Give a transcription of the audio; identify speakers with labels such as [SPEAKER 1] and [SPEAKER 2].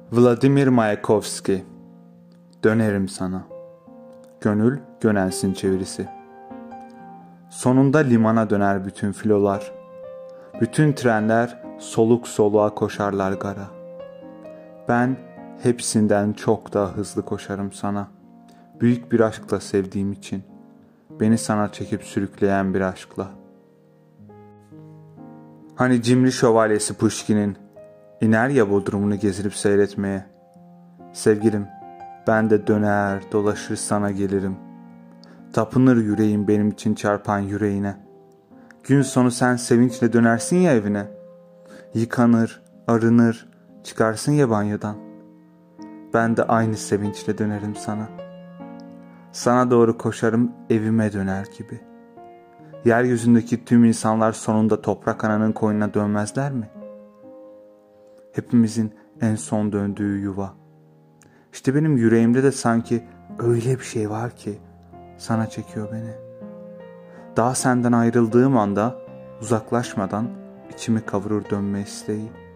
[SPEAKER 1] Vladimir Mayakovski. Dönerim sana. Gönül Gönelsin çevirisi. Sonunda limana döner bütün filolar. Bütün trenler soluk soluğa koşarlar gara. Ben hepsinden çok daha hızlı koşarım sana. Büyük bir aşkla sevdiğim için. Beni sana çekip sürükleyen bir aşkla. Hani cimri şövalyesi Puşkin'in iner ya bodrumunu gezirip seyretmeye. Sevgilim, ben de döner dolaşır sana gelirim. Tapınır yüreğim benim için çarpan yüreğine. Gün sonu sen sevinçle dönersin ya evine. Yıkanır, arınır, çıkarsın ya banyodan. Ben de aynı sevinçle dönerim sana. Sana doğru koşarım evime döner gibi. Yeryüzündeki tüm insanlar sonunda toprak ananın koynuna dönmezler mi? Hepimizin en son döndüğü yuva. İşte benim yüreğimde de sanki öyle bir şey var ki sana çekiyor beni. Daha senden ayrıldığım anda uzaklaşmadan içimi kavurur dönme isteği.